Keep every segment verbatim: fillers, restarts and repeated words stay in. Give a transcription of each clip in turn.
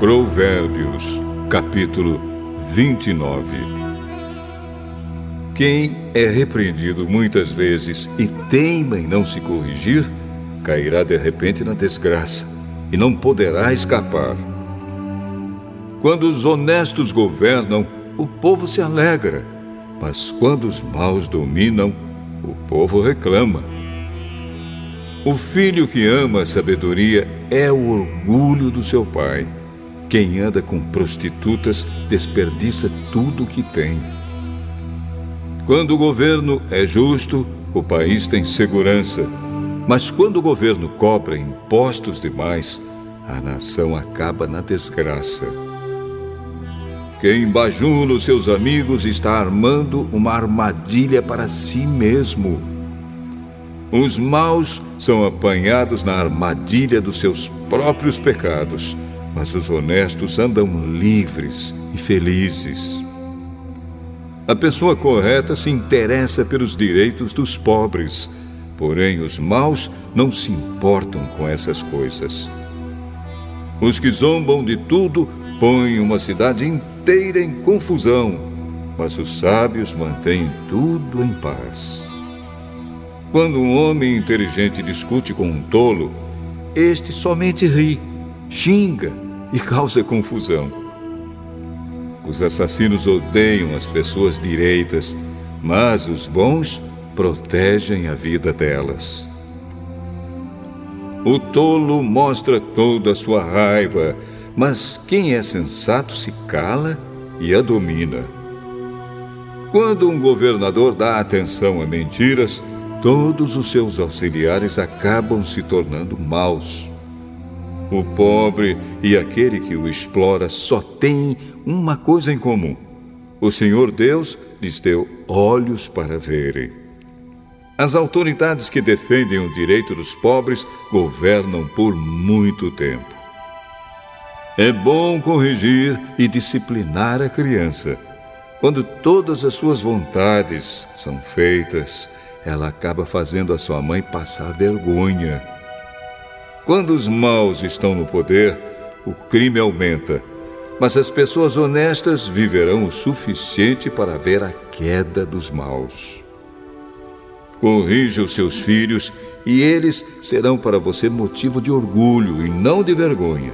Provérbios, capítulo vinte e nove. Quem é repreendido muitas vezes e teima em não se corrigir, cairá de repente na desgraça e não poderá escapar. Quando os honestos governam, o povo se alegra, mas quando os maus dominam, o povo reclama. O filho que ama a sabedoria é o orgulho do seu pai. Quem anda com prostitutas desperdiça tudo o que tem. Quando o governo é justo, o país tem segurança. Mas quando o governo cobra impostos demais, a nação acaba na desgraça. Quem bajula os seus amigos está armando uma armadilha para si mesmo. Os maus são apanhados na armadilha dos seus próprios pecados, mas os honestos andam livres e felizes. A pessoa correta se interessa pelos direitos dos pobres, porém os maus não se importam com essas coisas. Os que zombam de tudo põem uma cidade inteira em confusão, mas os sábios mantêm tudo em paz. Quando um homem inteligente discute com um tolo, este somente ri, xinga e causa confusão. Os assassinos odeiam as pessoas direitas, mas os bons protegem a vida delas. O tolo mostra toda a sua raiva, mas quem é sensato se cala e a domina. Quando um governador dá atenção a mentiras, todos os seus auxiliares acabam se tornando maus. O pobre e aquele que o explora só têm uma coisa em comum: o Senhor Deus lhes deu olhos para verem. As autoridades que defendem o direito dos pobres governam por muito tempo. É bom corrigir e disciplinar a criança. Quando todas as suas vontades são feitas, ela acaba fazendo a sua mãe passar vergonha. Quando os maus estão no poder, o crime aumenta, mas as pessoas honestas viverão o suficiente para ver a queda dos maus. Corrija os seus filhos e eles serão para você motivo de orgulho e não de vergonha.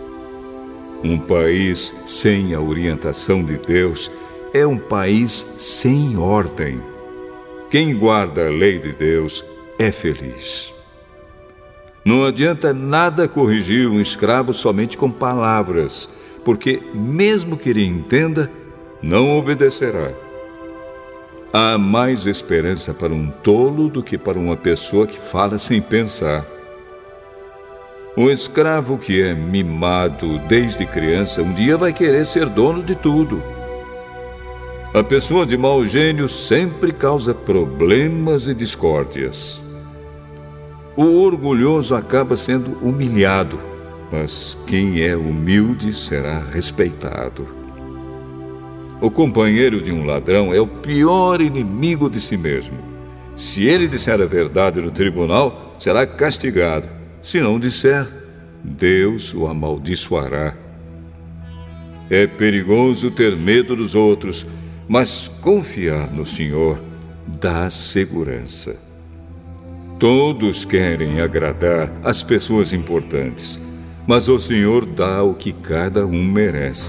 Um país sem a orientação de Deus é um país sem ordem. Quem guarda a lei de Deus é feliz. Não adianta nada corrigir um escravo somente com palavras, porque, mesmo que ele entenda, não obedecerá. Há mais esperança para um tolo do que para uma pessoa que fala sem pensar. Um escravo que é mimado desde criança, um dia vai querer ser dono de tudo. A pessoa de mau gênio sempre causa problemas e discórdias. O orgulhoso acaba sendo humilhado, mas quem é humilde será respeitado. O companheiro de um ladrão é o pior inimigo de si mesmo. Se ele disser a verdade no tribunal, será castigado. Se não disser, Deus o amaldiçoará. É perigoso ter medo dos outros, mas confiar no Senhor dá segurança. Todos querem agradar as pessoas importantes, mas o Senhor dá o que cada um merece.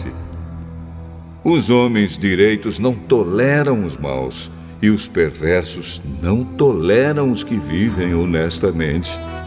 Os homens direitos não toleram os maus, e os perversos não toleram os que vivem honestamente.